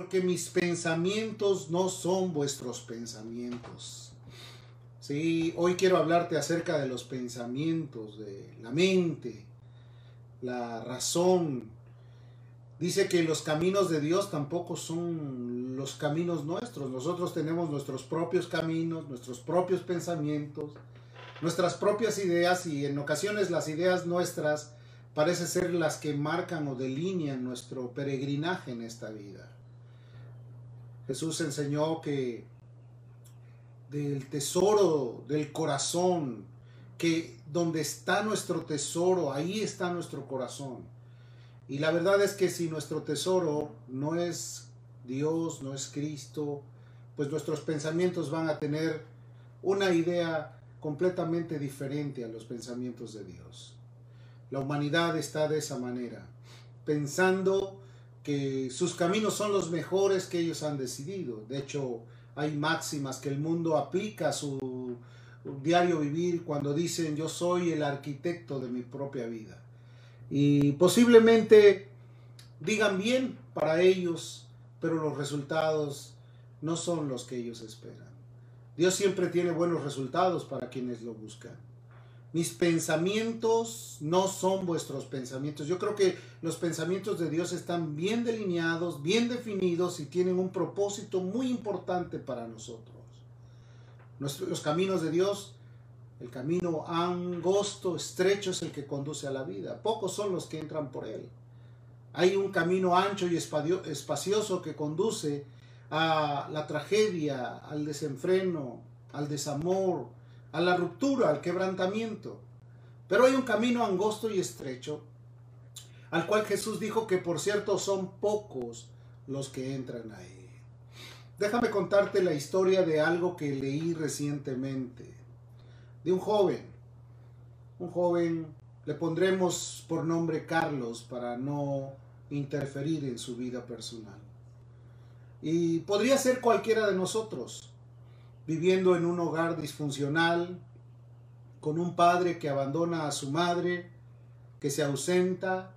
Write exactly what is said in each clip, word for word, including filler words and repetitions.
porque mis pensamientos no son vuestros pensamientos. Sí, hoy quiero hablarte acerca de los pensamientos, de la mente, la razón. Dice que los caminos de Dios tampoco son los caminos nuestros. Nosotros tenemos nuestros propios caminos, nuestros propios pensamientos, nuestras propias ideas, y en ocasiones las ideas nuestras parece ser las que marcan o delinean nuestro peregrinaje en esta vida. Jesús enseñó que del tesoro del corazón, que donde está nuestro tesoro, ahí está nuestro corazón. Y la verdad es que si nuestro tesoro no es Dios, no es Cristo, pues nuestros pensamientos van a tener una idea completamente diferente a los pensamientos de Dios. La humanidad está de esa manera, pensando que sus caminos son los mejores que ellos han decidido. De hecho, hay máximas que el mundo aplica a su diario vivir cuando dicen: yo soy el arquitecto de mi propia vida. Y posiblemente digan bien para ellos, pero los resultados no son los que ellos esperan. Dios siempre tiene buenos resultados para quienes lo buscan. Mis pensamientos no son vuestros pensamientos. Yo creo que los pensamientos de Dios están bien delineados, bien definidos, y tienen un propósito muy importante para nosotros. Nuestros, los caminos de Dios, el camino angosto, estrecho, es el que conduce a la vida. Pocos son los que entran por él. Hay un camino ancho y espacioso que conduce a la tragedia, al desenfreno, al desamor, a la ruptura, al quebrantamiento. Pero hay un camino angosto y estrecho, al cual Jesús dijo que, por cierto, son pocos los que entran ahí. Déjame contarte la historia de algo que leí recientemente, de un joven. Un joven, le pondremos por nombre Carlos para no interferir en su vida personal. Y podría ser cualquiera de nosotros, viviendo en un hogar disfuncional, con un padre que abandona a su madre, que se ausenta,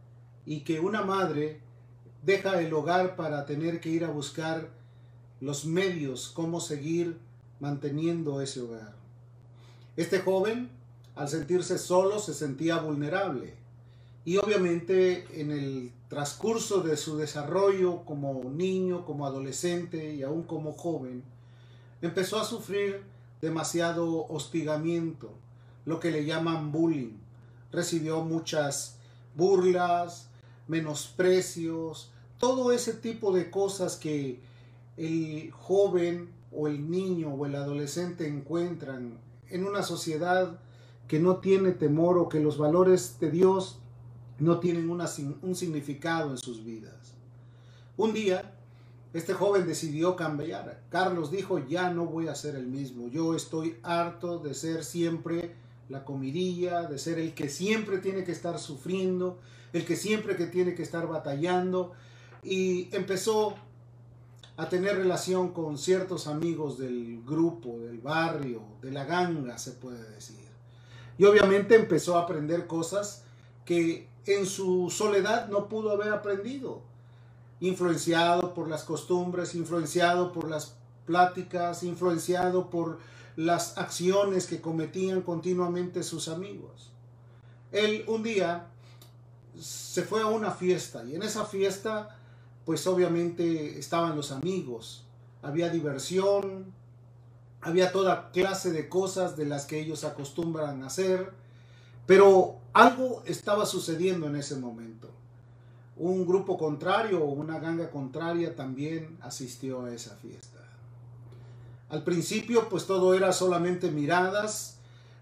y que una madre deja el hogar para tener que ir a buscar los medios, cómo seguir manteniendo ese hogar. Este joven, al sentirse solo, se sentía vulnerable, y obviamente en el transcurso de su desarrollo como niño, como adolescente y aún como joven, empezó a sufrir demasiado hostigamiento, lo que le llaman bullying. Recibió muchas burlas, menosprecios, todo ese tipo de cosas que el joven o el niño o el adolescente encuentran en una sociedad que no tiene temor, o que los valores de Dios no tienen una, un significado en sus vidas. Un día, este joven decidió cambiar. Carlos dijo: ya no voy a ser el mismo. Yo estoy harto de ser siempre la comidilla, de ser el que siempre tiene que estar sufriendo, el que siempre que tiene que estar batallando. Y empezó a tener relación con ciertos amigos del grupo, del barrio, de la ganga, se puede decir. Y obviamente empezó a aprender cosas que en su soledad no pudo haber aprendido. Influenciado por las costumbres, influenciado por las pláticas, influenciado por las acciones que cometían continuamente sus amigos. Él un día se fue a una fiesta, y en esa fiesta pues obviamente estaban los amigos, había diversión, había toda clase de cosas de las que ellos acostumbran a hacer, pero algo estaba sucediendo en ese momento. Un grupo contrario o una ganga contraria también asistió a esa fiesta. Al principio pues todo era solamente miradas,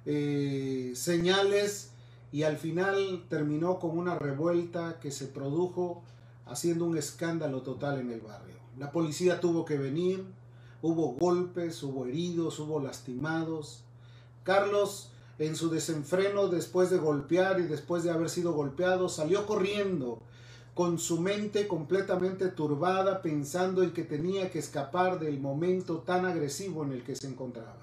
eh, señales, y al final terminó con una revuelta que se produjo haciendo un escándalo total en el barrio. La policía tuvo que venir, hubo golpes, hubo heridos, hubo lastimados. Carlos, en su desenfreno, después de golpear y después de haber sido golpeado, salió corriendo con su mente completamente turbada, pensando en que tenía que escapar del momento tan agresivo en el que se encontraba.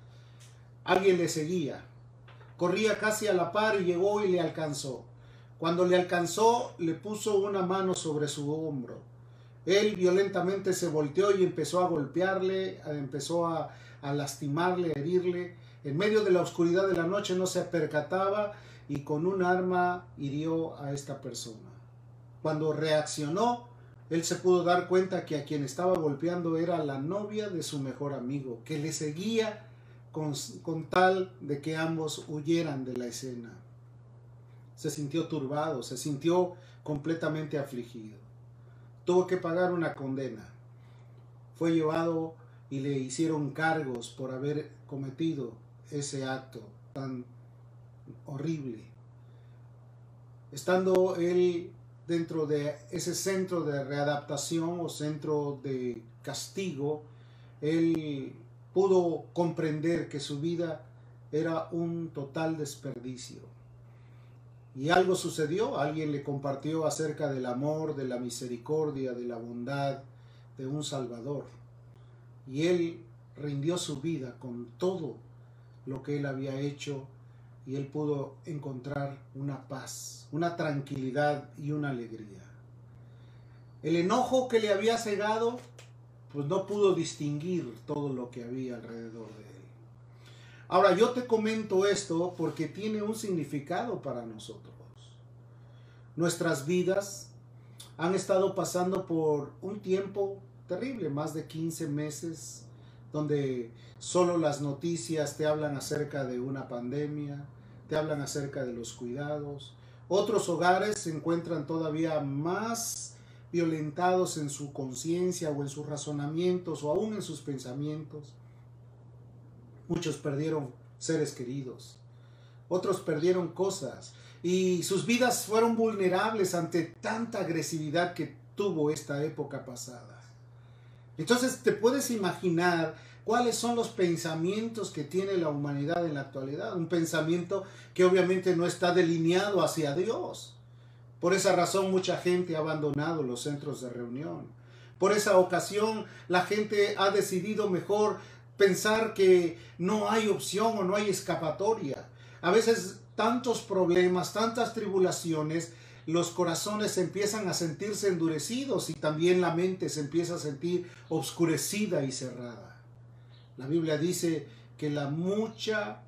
Alguien le seguía, corría casi a la par y llegó y le alcanzó. Cuando le alcanzó, le puso una mano sobre su hombro Él violentamente se volteó y empezó a golpearle, empezó a, a lastimarle, a herirle. En medio de la oscuridad de la noche no se percataba y con un arma hirió a esta persona. Cuando reaccionó, él se pudo dar cuenta que a quien estaba golpeando era la novia de su mejor amigo, que le seguía con, con tal de que ambos huyeran de la escena. Se sintió turbado, se sintió completamente afligido. Tuvo que pagar una condena. Fue llevado y le hicieron cargos por haber cometido ese acto tan horrible. Estando él dentro de ese centro de readaptación o centro de castigo, él pudo comprender que su vida era un total desperdicio. Y algo sucedió, alguien le compartió acerca del amor, de la misericordia, de la bondad de un Salvador. Y él rindió su vida con todo lo que él había hecho y él pudo encontrar una paz, una tranquilidad y una alegría. El enojo que le había cegado, pues no pudo distinguir todo lo que había alrededor de él. Ahora, yo te comento esto porque tiene un significado para nosotros. Nuestras vidas han estado pasando por un tiempo terrible, más de quince meses, donde solo las noticias te hablan acerca de una pandemia, te hablan acerca de los cuidados. Otros hogares se encuentran todavía más violentados en su conciencia o en sus razonamientos o aún en sus pensamientos. Muchos perdieron seres queridos, otros perdieron cosas y sus vidas fueron vulnerables ante tanta agresividad que tuvo esta época pasada. Entonces te puedes imaginar cuáles son los pensamientos que tiene la humanidad en la actualidad. Un pensamiento que obviamente no está delineado hacia Dios. Por esa razón mucha gente ha abandonado los centros de reunión. Por esa ocasión la gente ha decidido mejor pensar que no hay opción o no hay escapatoria. A veces tantos problemas, tantas tribulaciones, los corazones empiezan a sentirse endurecidos y también la mente se empieza a sentir obscurecida y cerrada. La Biblia dice que la mucha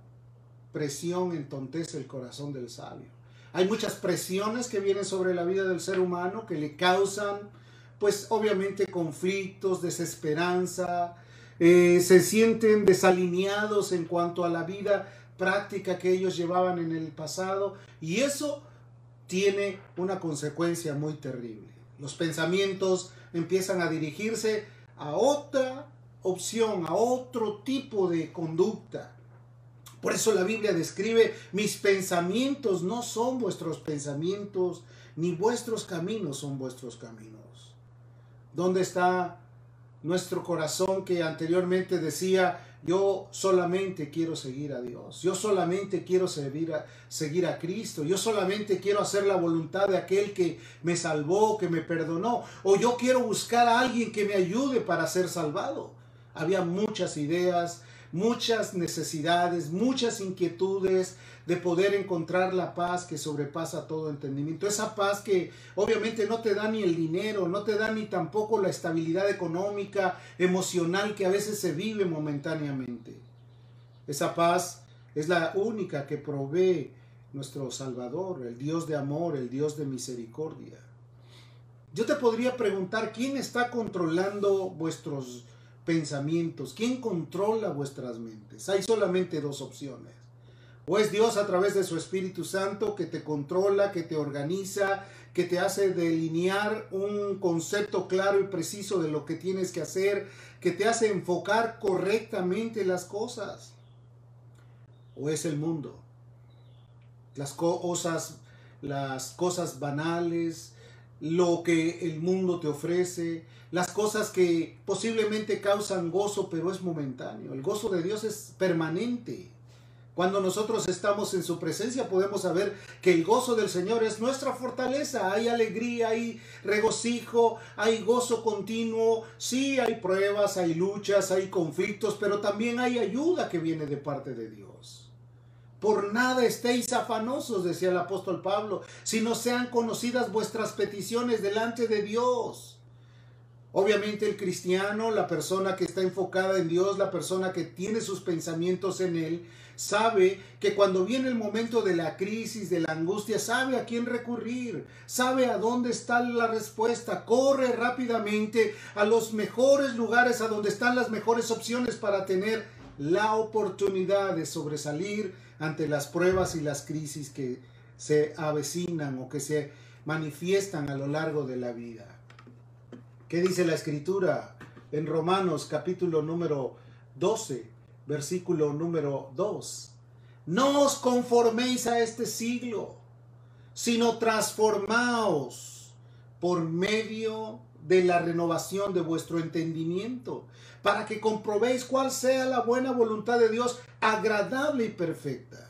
presión entontece el corazón del sabio. Hay muchas presiones que vienen sobre la vida del ser humano que le causan, pues obviamente, conflictos, desesperanza, eh, se sienten desalineados en cuanto a la vida práctica que ellos llevaban en el pasado y eso tiene una consecuencia muy terrible. Los pensamientos empiezan a dirigirse a otra opción, a otro tipo de conducta. Por eso la Biblia describe: mis pensamientos no son vuestros pensamientos, ni vuestros caminos son vuestros caminos. ¿Dónde está nuestro corazón que anteriormente decía: yo solamente quiero seguir a Dios, yo solamente quiero servir a, seguir a Cristo, yo solamente quiero hacer la voluntad de aquel que me salvó, que me perdonó, o yo quiero buscar a alguien que me ayude para ser salvado? Había muchas ideas, muchas necesidades, muchas inquietudes de poder encontrar la paz que sobrepasa todo entendimiento. Esa paz que obviamente no te da ni el dinero, no te da ni tampoco la estabilidad económica, emocional que a veces se vive momentáneamente. Esa paz es la única que provee nuestro Salvador, el Dios de amor, el Dios de misericordia. Yo te podría preguntar: ¿quién está controlando vuestros pensamientos? ¿Quién controla vuestras mentes? Hay solamente dos opciones. O es Dios a través de su Espíritu Santo que te controla, que te organiza, que te hace delinear un concepto claro y preciso de lo que tienes que hacer, que te hace enfocar correctamente las cosas. O es el mundo. Las cosas, las cosas banales, lo que el mundo te ofrece, las cosas que posiblemente causan gozo, pero es momentáneo. El gozo de Dios es permanente. Cuando nosotros estamos en su presencia podemos saber que el gozo del Señor es nuestra fortaleza. Hay alegría, hay regocijo, hay gozo continuo. Sí, hay pruebas, hay luchas, hay conflictos, pero también hay ayuda que viene de parte de Dios. Por nada estéis afanosos, decía el apóstol Pablo, sino sean conocidas vuestras peticiones delante de Dios. Obviamente el cristiano, la persona que está enfocada en Dios, la persona que tiene sus pensamientos en Él, sabe que cuando viene el momento de la crisis, de la angustia, sabe a quién recurrir, sabe a dónde está la respuesta, corre rápidamente a los mejores lugares, a donde están las mejores opciones para tener la oportunidad de sobresalir ante las pruebas y las crisis que se avecinan o que se manifiestan a lo largo de la vida. ¿Qué dice la Escritura en Romanos capítulo número doce, versículo número dos? No os conforméis a este siglo, sino transformaos por medio de la renovación de vuestro entendimiento, para que comprobéis cuál sea la buena voluntad de Dios, agradable y perfecta.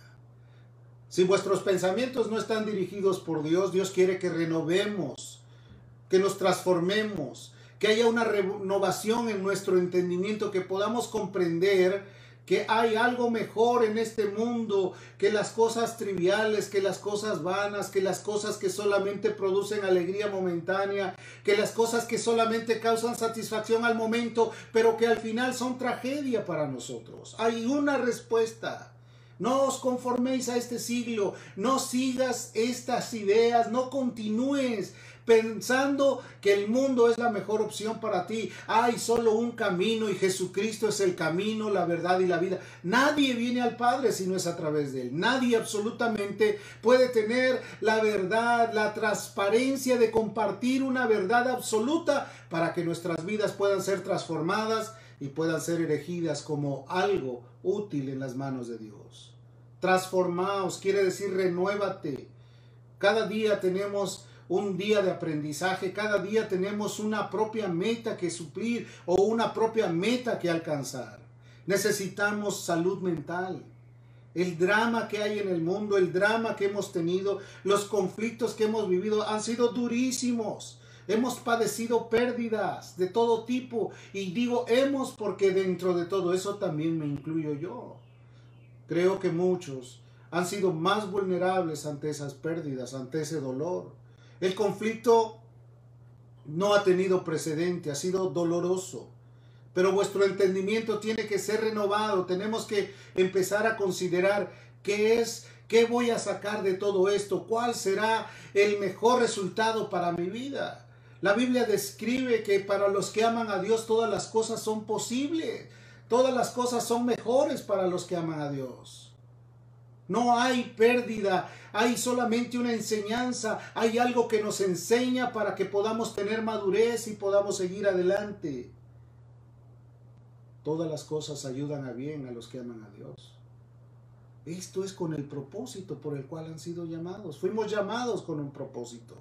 Si vuestros pensamientos no están dirigidos por Dios, Dios quiere que renovemos, que nos transformemos, que haya una renovación en nuestro entendimiento, que podamos comprender que hay algo mejor en este mundo que las cosas triviales, que las cosas vanas, que las cosas que solamente producen alegría momentánea, que las cosas que solamente causan satisfacción al momento, pero que al final son tragedia para nosotros. Hay una respuesta. No os conforméis a este siglo, no sigas estas ideas, no continúes pensando que el mundo es la mejor opción para ti. Hay solo un camino y Jesucristo es el camino, la verdad y la vida. Nadie viene al Padre si no es a través de Él. Nadie absolutamente puede tener la verdad, la transparencia de compartir una verdad absoluta para que nuestras vidas puedan ser transformadas y puedan ser erigidas como algo útil en las manos de Dios. Transformaos, quiere decir renuévate. Cada día tenemos un día de aprendizaje, cada día tenemos una propia meta que suplir o una propia meta que alcanzar. Necesitamos salud mental. El drama que hay en el mundo, el drama que hemos tenido, los conflictos que hemos vivido han sido durísimos. Hemos padecido pérdidas de todo tipo. Y digo hemos porque dentro de todo eso también me incluyo yo. Creo que muchos han sido más vulnerables ante esas pérdidas, ante ese dolor. El conflicto no ha tenido precedente, ha sido doloroso. Pero vuestro entendimiento tiene que ser renovado. Tenemos que empezar a considerar qué es, qué voy a sacar de todo esto, cuál será el mejor resultado para mi vida. La Biblia describe que para los que aman a Dios todas las cosas son posibles. Todas las cosas son mejores para los que aman a Dios. No hay pérdida, hay solamente una enseñanza, hay algo que nos enseña para que podamos tener madurez y podamos seguir adelante. Todas las cosas ayudan a bien a los que aman a Dios. Esto es con el propósito por el cual han sido llamados. Fuimos llamados con un propósito.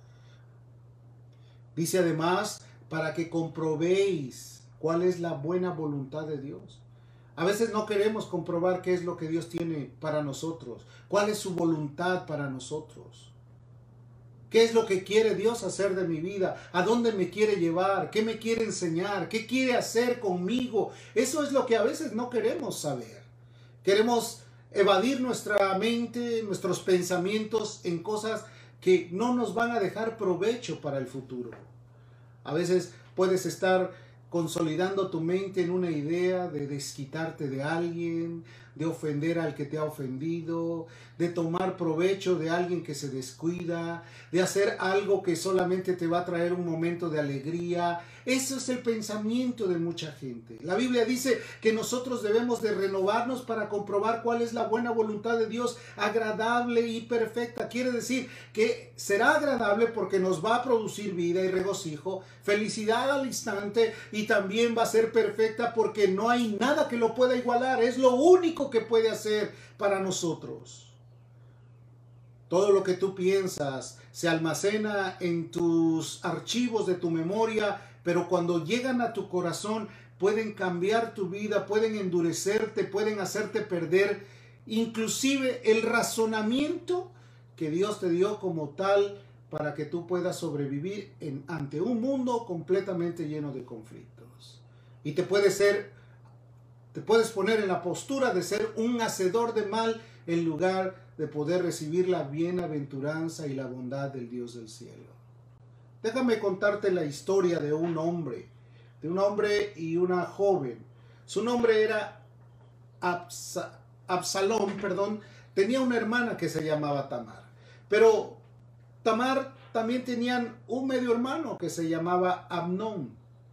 Dice además, para que comprobéis cuál es la buena voluntad de Dios. A veces no queremos comprobar qué es lo que Dios tiene para nosotros, cuál es su voluntad para nosotros. ¿Qué es lo que quiere Dios hacer de mi vida? ¿A dónde me quiere llevar? ¿Qué me quiere enseñar? ¿Qué quiere hacer conmigo? Eso es lo que a veces no queremos saber. Queremos evadir nuestra mente, nuestros pensamientos en cosas que no nos van a dejar provecho para el futuro. A veces puedes estar consolidando tu mente en una idea de desquitarte de alguien, de ofender al que te ha ofendido, de tomar provecho de alguien que se descuida, de hacer algo que solamente te va a traer un momento de alegría. Eso es el pensamiento de mucha gente. La Biblia dice que nosotros debemos de renovarnos para comprobar cuál es la buena voluntad de Dios, agradable y perfecta. Quiere decir que será agradable porque nos va a producir vida y regocijo, felicidad al instante, y también va a ser perfecta porque no hay nada que lo pueda igualar. Es lo único que puede hacer para nosotros. Todo lo que tú piensas se almacena en tus archivos de tu memoria, pero cuando llegan a tu corazón pueden cambiar tu vida, pueden endurecerte, pueden hacerte perder inclusive el razonamiento que Dios te dio como tal para que tú puedas sobrevivir en, ante un mundo completamente lleno de conflictos. Y te puedes ser, te puedes poner en la postura de ser un hacedor de mal en lugar de poder recibir la bienaventuranza y la bondad del Dios del cielo. Déjame contarte la historia de un hombre, de un hombre y una joven. Su nombre era Absa, Absalón, perdón. Tenía una hermana que se llamaba Tamar. Pero Tamar también tenían un medio hermano que se llamaba Amnón.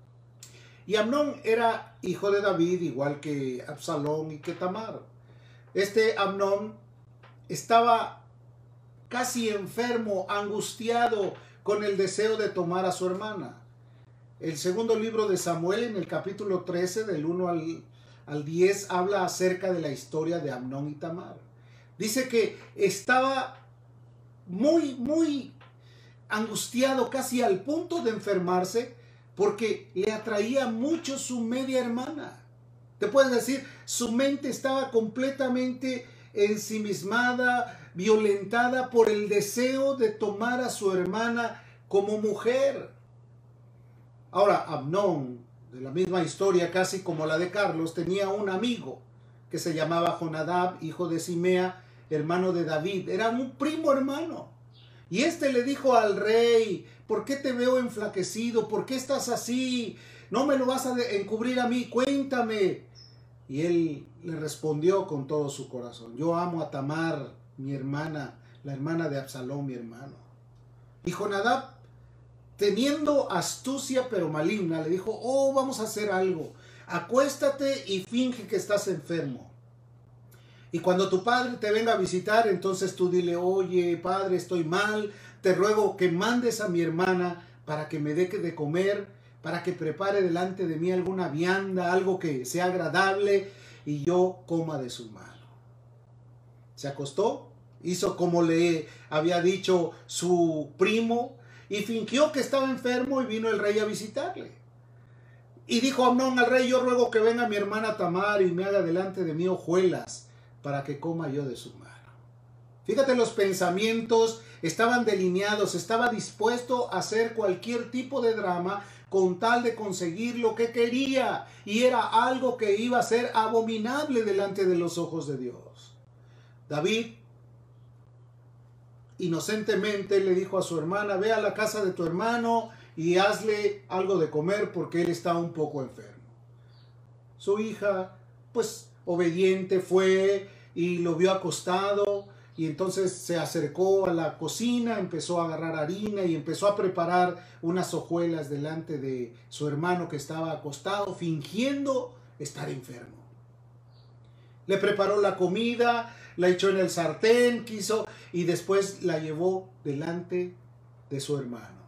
Y Amnón era hijo de David, igual que Absalón y que Tamar. Este Amnón estaba casi enfermo, angustiado, con el deseo de tomar a su hermana. El segundo libro de Samuel, en el capítulo trece, del uno al, al diez, habla acerca de la historia de Amnón y Tamar. Dice que estaba muy, muy angustiado, casi al punto de enfermarse, porque le atraía mucho su media hermana. Te puedes decir, su mente estaba completamente ensimismada, violentada por el deseo de tomar a su hermana como mujer. Ahora, Amnón, de la misma historia casi como la de Carlos, tenía un amigo que se llamaba Jonadab, hijo de Simea, hermano de David. Era un primo hermano. Y este le dijo al rey: ¿por qué te veo enflaquecido? ¿Por qué estás así? ¿No me lo vas a encubrir a mí? Cuéntame. Y él le respondió con todo su corazón: yo amo a Tamar, mi hermana, la hermana de Absalón, mi hermano. Y Jonadab, teniendo astucia pero maligna, le dijo: oh, vamos a hacer algo. Acuéstate y finge que estás enfermo. Y cuando tu padre te venga a visitar, entonces tú dile: oye, padre, estoy mal, te ruego que mandes a mi hermana para que me dé de comer, para que prepare delante de mí alguna vianda, algo que sea agradable, y yo coma de su mano. Se acostó, hizo como le había dicho su primo, y fingió que estaba enfermo, y vino el rey a visitarle. Y dijo Amnón al rey: yo ruego que venga mi hermana Tamar y me haga delante de mí hojuelas, para que coma yo de su mano. Fíjate, los pensamientos estaban delineados, estaba dispuesto a hacer cualquier tipo de drama con tal de conseguir lo que quería, y era algo que iba a ser abominable delante de los ojos de Dios. David inocentemente le dijo a su hermana: ve a la casa de tu hermano y hazle algo de comer porque él está un poco enfermo. Su hija, pues obediente, fue y lo vio acostado, y entonces se acercó a la cocina, empezó a agarrar harina y empezó a preparar unas hojuelas delante de su hermano que estaba acostado, fingiendo estar enfermo. Le preparó la comida, la echó en el sartén, quiso, y después la llevó delante de su hermano.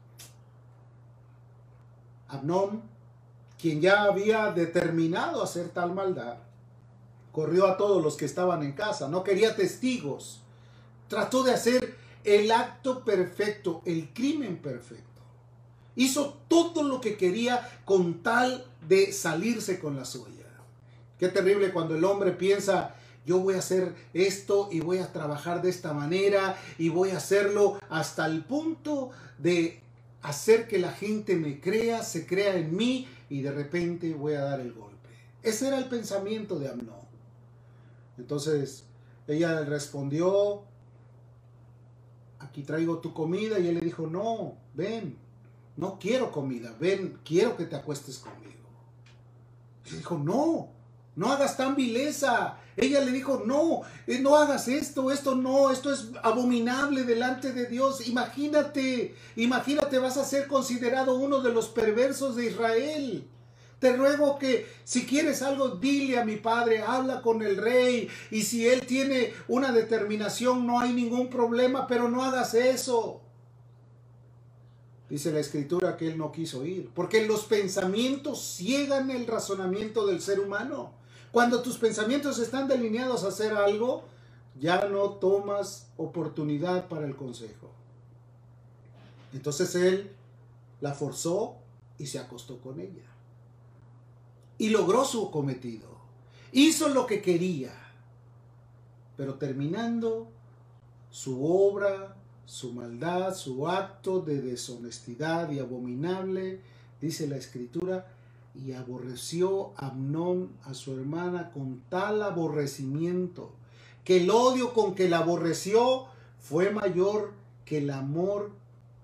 Amnón, quien ya había determinado hacer tal maldad, corrió a todos los que estaban en casa, no quería testigos, trató de hacer el acto perfecto, el crimen perfecto. Hizo todo lo que quería con tal de salirse con la suya. Qué terrible cuando el hombre piensa: yo voy a hacer esto y voy a trabajar de esta manera y voy a hacerlo hasta el punto de hacer que la gente me crea, se crea en mí, y de repente voy a dar el golpe. Ese era el pensamiento de Amnón. Entonces ella le respondió: aquí traigo tu comida. Y él le dijo: no, ven, no quiero comida, ven, quiero que te acuestes conmigo. Y le dijo: no, no hagas tan vileza. Ella le dijo: no, no hagas esto, esto no, esto es abominable delante de Dios. Imagínate, imagínate, vas a ser considerado uno de los perversos de Israel. Te ruego que si quieres algo, dile a mi padre, habla con el rey, y si él tiene una determinación, no hay ningún problema, pero no hagas eso. Dice la escritura que él no quiso ir, porque los pensamientos ciegan el razonamiento del ser humano. Cuando tus pensamientos están delineados a hacer algo, ya no tomas oportunidad para el consejo. Entonces él la forzó y se acostó con ella. Y logró su cometido. Hizo lo que quería. Pero terminando su obra, su maldad, su acto de deshonestidad y abominable, dice la escritura: y aborreció Amnón a su hermana con tal aborrecimiento, que el odio con que la aborreció fue mayor que el amor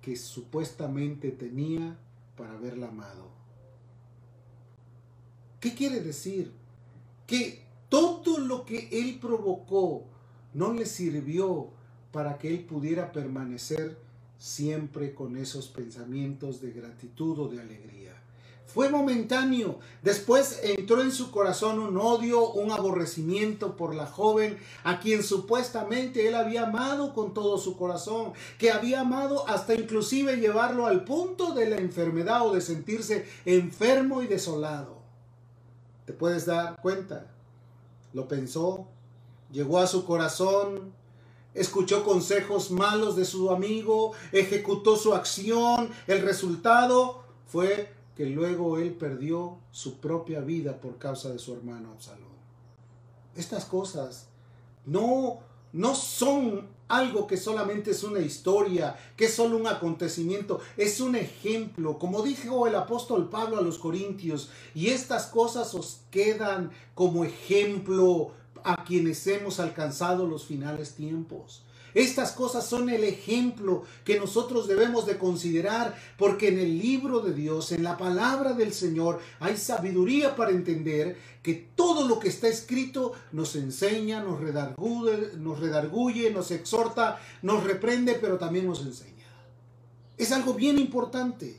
que supuestamente tenía para haberla amado. ¿Qué quiere decir? Que todo lo que él provocó no le sirvió para que él pudiera permanecer siempre con esos pensamientos de gratitud o de alegría. Fue momentáneo. Después entró en su corazón un odio, un aborrecimiento por la joven a quien supuestamente él había amado con todo su corazón, que había amado hasta inclusive llevarlo al punto de la enfermedad o de sentirse enfermo y desolado. ¿Te puedes dar cuenta? Lo pensó, llegó a su corazón, escuchó consejos malos de su amigo, ejecutó su acción. El resultado fue que luego él perdió su propia vida por causa de su hermano Absalón. Estas cosas no, no son algo que solamente es una historia, que es solo un acontecimiento, es un ejemplo, como dijo el apóstol Pablo a los Corintios, y estas cosas os quedan como ejemplo a quienes hemos alcanzado los finales tiempos. Estas cosas son el ejemplo que nosotros debemos de considerar, porque en el libro de Dios, en la palabra del Señor, hay sabiduría para entender que todo lo que está escrito nos enseña, nos redarguye, nos redarguye, nos exhorta, nos reprende, pero también nos enseña. Es algo bien importante.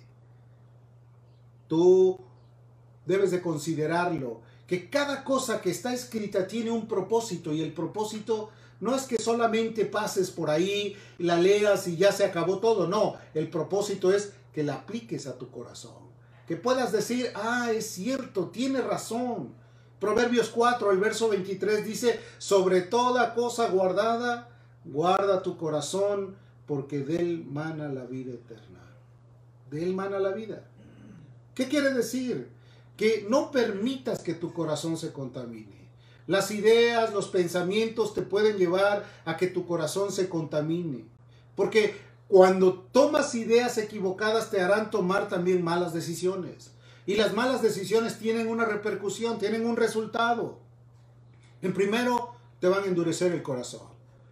Tú debes de considerarlo, que cada cosa que está escrita tiene un propósito, y el propósito no es que solamente pases por ahí, la leas y ya se acabó todo. No, el propósito es que la apliques a tu corazón. Que puedas decir, ah, es cierto, tiene razón. Proverbios cuatro, el verso veintitrés dice, sobre toda cosa guardada, guarda tu corazón, porque de él mana la vida eterna. De él mana la vida. ¿Qué quiere decir? Que no permitas que tu corazón se contamine. Las ideas, los pensamientos te pueden llevar a que tu corazón se contamine. Porque cuando tomas ideas equivocadas te harán tomar también malas decisiones. Y las malas decisiones tienen una repercusión, tienen un resultado. En primero, te van a endurecer el corazón.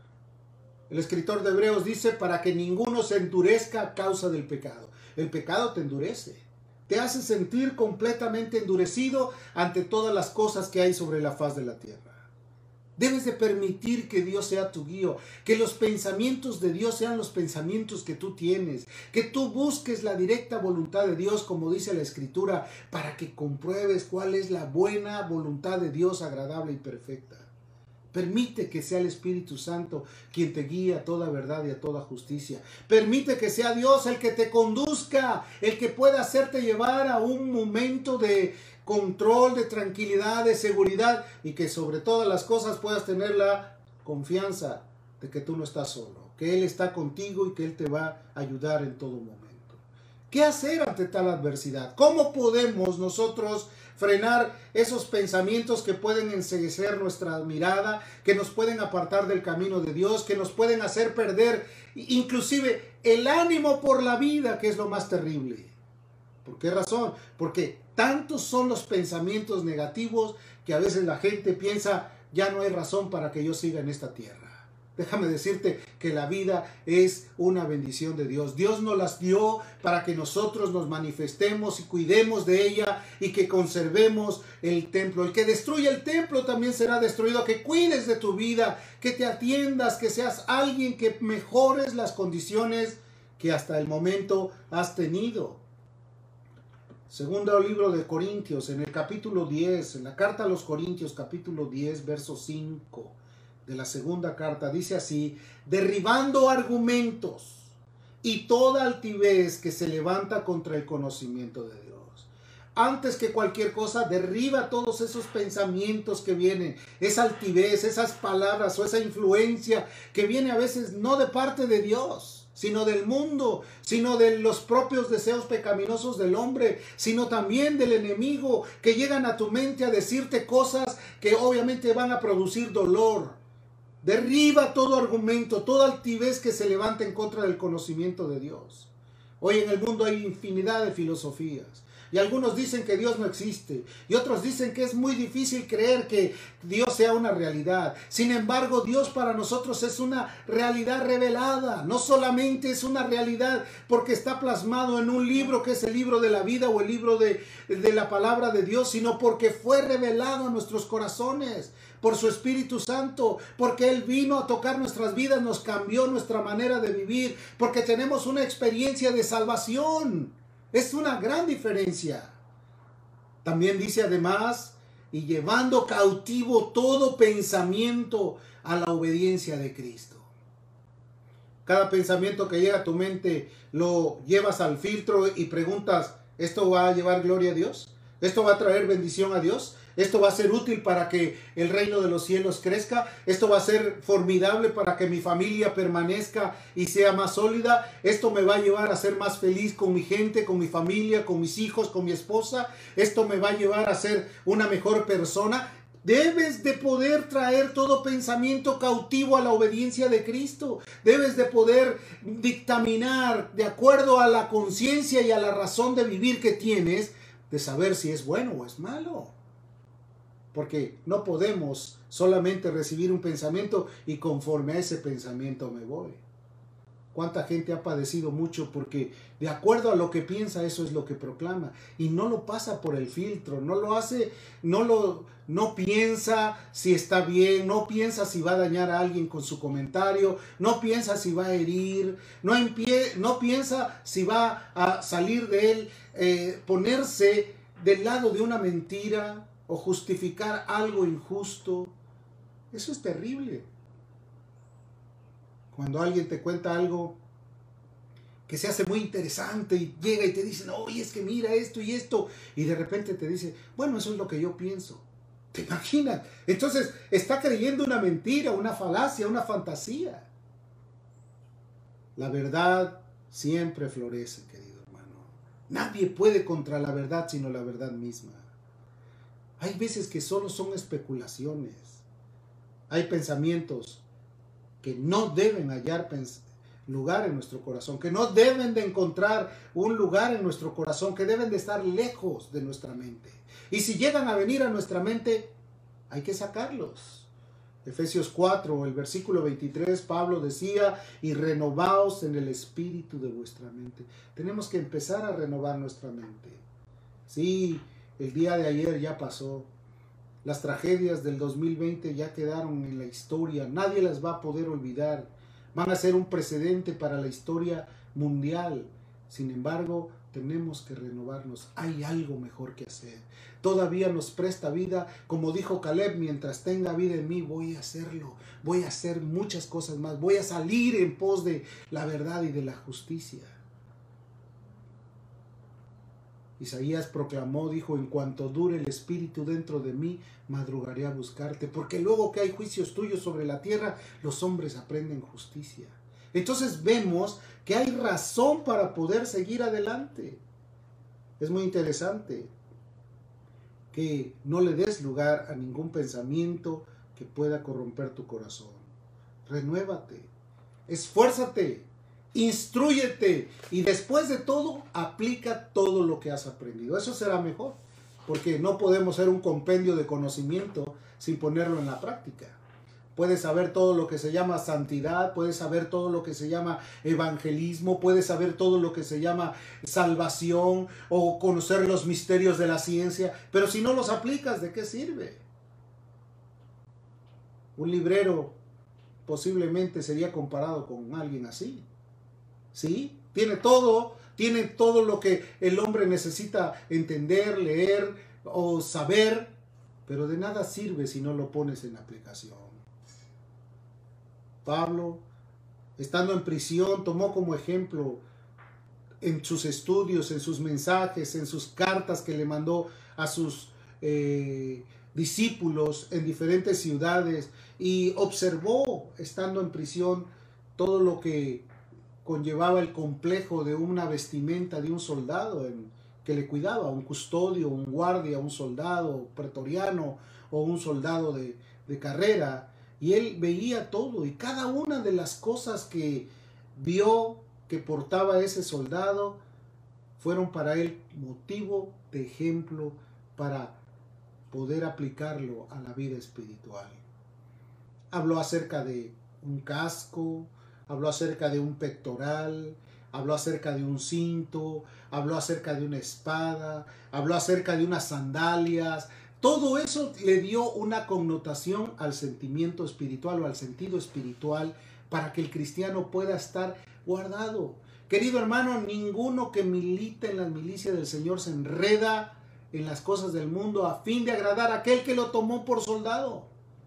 El escritor de Hebreos dice, para que ninguno se endurezca a causa del pecado. El pecado te endurece. Te hace sentir completamente endurecido ante todas las cosas que hay sobre la faz de la tierra. Debes de permitir que Dios sea tu guía, que los pensamientos de Dios sean los pensamientos que tú tienes, que tú busques la directa voluntad de Dios, como dice la Escritura, para que compruebes cuál es la buena voluntad de Dios, agradable y perfecta. Permite que sea el Espíritu Santo quien te guíe a toda verdad y a toda justicia. Permite que sea Dios el que te conduzca, el que pueda hacerte llevar a un momento de control, de tranquilidad, de seguridad, y que sobre todas las cosas puedas tener la confianza de que tú no estás solo, que Él está contigo y que Él te va a ayudar en todo momento. ¿Qué hacer ante tal adversidad? ¿Cómo podemos nosotros frenar esos pensamientos que pueden enceguecer nuestra mirada, que nos pueden apartar del camino de Dios, que nos pueden hacer perder inclusive el ánimo por la vida, que es lo más terrible? ¿Por qué razón? Porque tantos son los pensamientos negativos que a veces la gente piensa, ya no hay razón para que yo siga en esta tierra. Déjame decirte que la vida es una bendición de Dios. Dios nos las dio para que nosotros nos manifestemos y cuidemos de ella y que conservemos el templo. El que destruye el templo también será destruido. Que cuides de tu vida, que te atiendas, que seas alguien que mejores las condiciones que hasta el momento has tenido. Segundo libro de Corintios, en el capítulo diez, en la carta a los Corintios, capítulo diez, verso cinco. De la segunda carta, dice así: derribando argumentos y toda altivez que se levanta contra el conocimiento de Dios. Antes que cualquier cosa, derriba todos esos pensamientos que vienen, esa altivez, esas palabras o esa influencia que viene a veces no de parte de Dios, sino del mundo, sino de los propios deseos pecaminosos del hombre, sino también del enemigo, que llegan a tu mente a decirte cosas que obviamente van a producir dolor. Derriba todo argumento, toda altivez que se levanta en contra del conocimiento de Dios. Hoy en el mundo hay infinidad de filosofías, Y algunos dicen que Dios no existe. Y otros dicen que es muy difícil creer que Dios sea una realidad. Sin embargo, Dios para nosotros es una realidad revelada. No solamente es una realidad porque está plasmado en un libro que es el libro de la vida o el libro de, de la palabra de Dios, sino porque fue revelado a nuestros corazones por su Espíritu Santo, porque Él vino a tocar nuestras vidas, nos cambió nuestra manera de vivir, porque tenemos una experiencia de salvación. Es una gran diferencia. También dice además, y llevando cautivo todo pensamiento a la obediencia de Cristo. Cada pensamiento que llega a tu mente lo llevas al filtro y preguntas, ¿esto va a llevar gloria a Dios? ¿Esto va a traer bendición a Dios? ¿Esto va a ser útil para que el reino de los cielos crezca? ¿Esto va a ser formidable para que mi familia permanezca y sea más sólida? ¿Esto me va a llevar a ser más feliz con mi gente, con mi familia, con mis hijos, con mi esposa? ¿Esto me va a llevar a ser una mejor persona? Debes de poder traer todo pensamiento cautivo a la obediencia de Cristo. Debes de poder dictaminar de acuerdo a la conciencia y a la razón de vivir que tienes, de saber si es bueno o es malo. Porque no podemos solamente recibir un pensamiento y conforme a ese pensamiento me voy. ¿Cuánta gente ha padecido mucho porque de acuerdo a lo que piensa eso es lo que proclama? Y no lo pasa por el filtro, no lo hace, no lo, no piensa si está bien, no piensa si va a dañar a alguien con su comentario, no piensa si va a herir, no, empie, no piensa si va a salir de él, eh, ponerse del lado de una mentira o justificar algo injusto. Eso es terrible. Cuando alguien te cuenta algo que se hace muy interesante y llega y te dice, oye, es que mira esto y esto, y de repente te dice, bueno, eso es lo que yo pienso. ¿Te imaginas? Entonces está creyendo una mentira, una falacia, una fantasía. La verdad siempre florece, querido hermano. Nadie puede contra la verdad sino la verdad misma. Hay veces que solo son especulaciones. Hay pensamientos que no deben hallar lugar en nuestro corazón, que no deben de encontrar un lugar en nuestro corazón, que deben de estar lejos de nuestra mente. Y si llegan a venir a nuestra mente, hay que sacarlos. Efesios cuatro, el versículo veintitrés, Pablo decía, y renovaos en el espíritu de vuestra mente. Tenemos que empezar a renovar nuestra mente. Sí, el día de ayer ya pasó. Las tragedias del dos mil veinte ya quedaron en la historia. Nadie las va a poder olvidar. Van a ser un precedente para la historia mundial. Sin embargo, tenemos que renovarnos. Hay algo mejor que hacer. Todavía nos presta vida. Como dijo Caleb, mientras tenga vida en mí, voy a hacerlo. Voy a hacer muchas cosas más. Voy a salir en pos de la verdad y de la justicia. Isaías proclamó, dijo, en cuanto dure el espíritu dentro de mí, madrugaré a buscarte, porque luego que hay juicios tuyos sobre la tierra, los hombres aprenden justicia. Entonces vemos que hay razón para poder seguir adelante. Es muy interesante que no le des lugar a ningún pensamiento que pueda corromper tu corazón. Renuévate, esfuérzate, instrúyete y después de todo aplica todo lo que has aprendido. Eso será mejor, porque no podemos ser un compendio de conocimiento sin ponerlo en la práctica. Puedes saber todo lo que se llama santidad, puedes saber todo lo que se llama evangelismo, puedes saber todo lo que se llama salvación o conocer los misterios de la ciencia, pero si no los aplicas, ¿de qué sirve? Un librero posiblemente sería comparado con alguien así. ¿Sí? Tiene todo, tiene todo lo que el hombre necesita entender, leer o saber, pero de nada sirve si no lo pones en aplicación. Pablo, estando en prisión, tomó como ejemplo en sus estudios, en sus mensajes, en sus cartas que le mandó a sus eh, discípulos en diferentes ciudades, y observó, estando en prisión, todo lo que conllevaba el complejo de una vestimenta de un soldado en, que le cuidaba, un custodio, un guardia, un soldado pretoriano o un soldado de, de carrera. Y él veía todo y cada una de las cosas que vio que portaba ese soldado fueron para él motivo de ejemplo para poder aplicarlo a la vida espiritual. Habló acerca de un casco, habló acerca de un pectoral, habló acerca de un cinto, habló acerca de una espada, habló acerca de unas sandalias. Todo eso le dio una connotación al sentimiento espiritual o al sentido espiritual para que el cristiano pueda estar guardado. Querido hermano, ninguno que milite en las milicias del Señor se enreda en las cosas del mundo a fin de agradar a aquel que lo tomó por soldado.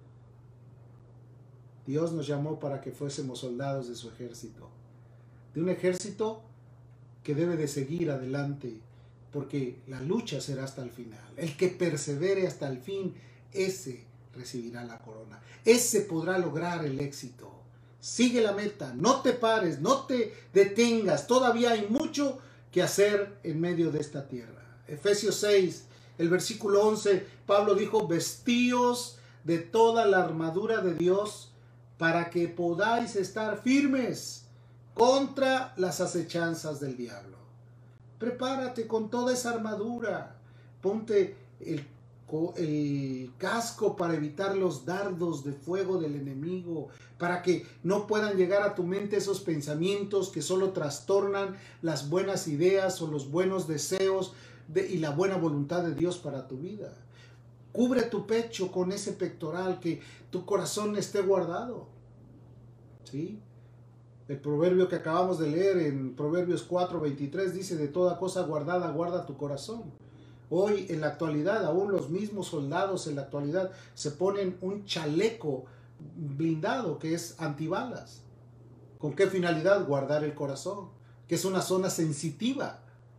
Dios nos llamó para que fuésemos soldados de su ejército, de un ejército que debe de seguir adelante, porque la lucha será hasta el final. El que persevere hasta el fin, ese recibirá la corona. Ese podrá lograr el éxito. Sigue la meta, no te pares, no te detengas. Todavía hay mucho que hacer en medio de esta tierra. Efesios seis, el versículo once, Pablo dijo, vestíos de toda la armadura de Dios para que podáis estar firmes contra las acechanzas del diablo. Prepárate con toda esa armadura. Ponte el, el casco para evitar los dardos de fuego del enemigo, para que no puedan llegar a tu mente esos pensamientos que solo trastornan las buenas ideas o los buenos deseos de, y la buena voluntad de Dios para tu vida. Cubre tu pecho con ese pectoral, que tu corazón esté guardado. ¿Sí? El proverbio que acabamos de leer en Proverbios cuatro veintitrés dice, de toda cosa guardada guarda tu corazón. Hoy en la actualidad, aún los mismos soldados en la actualidad se ponen un chaleco blindado que es antibalas. ¿Con qué finalidad? Guardar el corazón, que es una zona sensitiva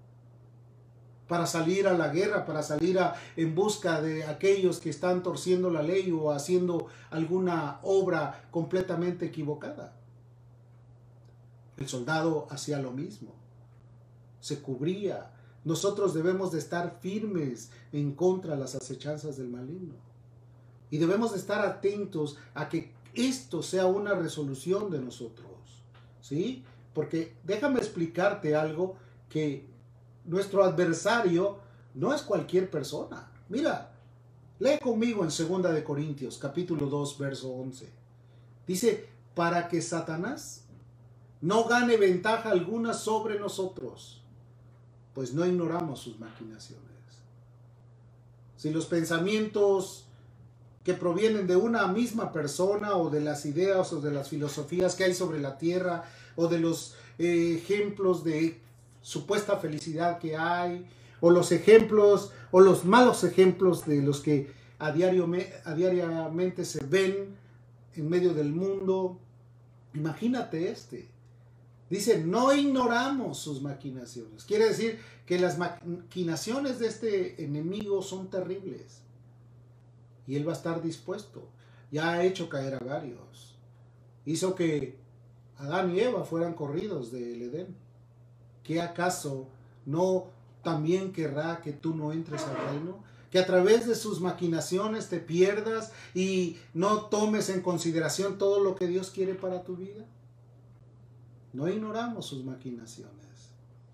para salir a la guerra, para salir a, en busca de aquellos que están torciendo la ley o haciendo alguna obra completamente equivocada. El soldado hacía lo mismo, se cubría. Nosotros debemos de estar firmes en contra de las acechanzas del maligno. Y debemos de estar atentos a que esto sea una resolución de nosotros. ¿Sí? Porque déjame explicarte algo, que nuestro adversario no es cualquier persona. Mira, lee conmigo en segunda de Corintios, capítulo dos, verso once. Dice, para que Satanás no gane ventaja alguna sobre nosotros, pues no ignoramos sus maquinaciones. Si los pensamientos que provienen de una misma persona, o de las ideas o de las filosofías que hay sobre la tierra, o de los eh, ejemplos de supuesta felicidad que hay, o los ejemplos, o los malos ejemplos de los que a, diario, a diariamente se ven en medio del mundo, imagínate este. Dice, no ignoramos sus maquinaciones. Quiere decir que las maquinaciones de este enemigo son terribles. Y él va a estar dispuesto. Ya ha hecho caer a varios. Hizo que Adán y Eva fueran corridos del Edén. ¿Qué acaso no también querrá que tú no entres al reino? Que a través de sus maquinaciones te pierdas y no tomes en consideración todo lo que Dios quiere para tu vida. No ignoramos sus maquinaciones.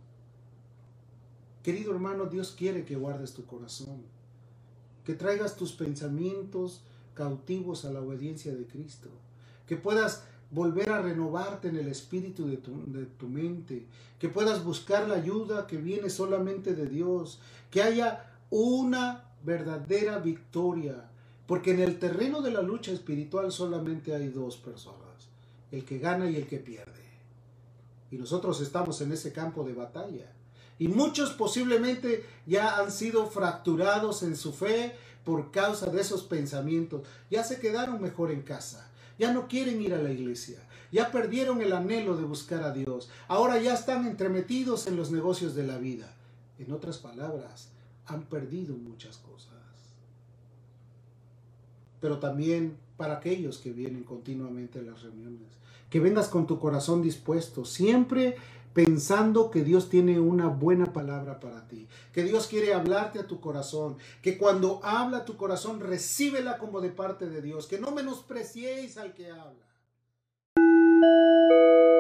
Querido hermano, Dios quiere que guardes tu corazón, que traigas tus pensamientos cautivos a la obediencia de Cristo, que puedas volver a renovarte en el espíritu de tu, de tu mente, que puedas buscar la ayuda que viene solamente de Dios, que haya una verdadera victoria, porque en el terreno de la lucha espiritual solamente hay dos personas, el que gana y el que pierde. Y nosotros estamos en ese campo de batalla. Y muchos posiblemente ya han sido fracturados en su fe por causa de esos pensamientos. Ya se quedaron mejor en casa. Ya no quieren ir a la iglesia. Ya perdieron el anhelo de buscar a Dios. Ahora ya están entremetidos en los negocios de la vida. En otras palabras, han perdido muchas cosas. Pero también para aquellos que vienen continuamente a las reuniones, que vengas con tu corazón dispuesto, siempre pensando que Dios tiene una buena palabra para ti, que Dios quiere hablarte a tu corazón, que cuando habla a tu corazón, recíbela como de parte de Dios, que no menospreciéis al que habla.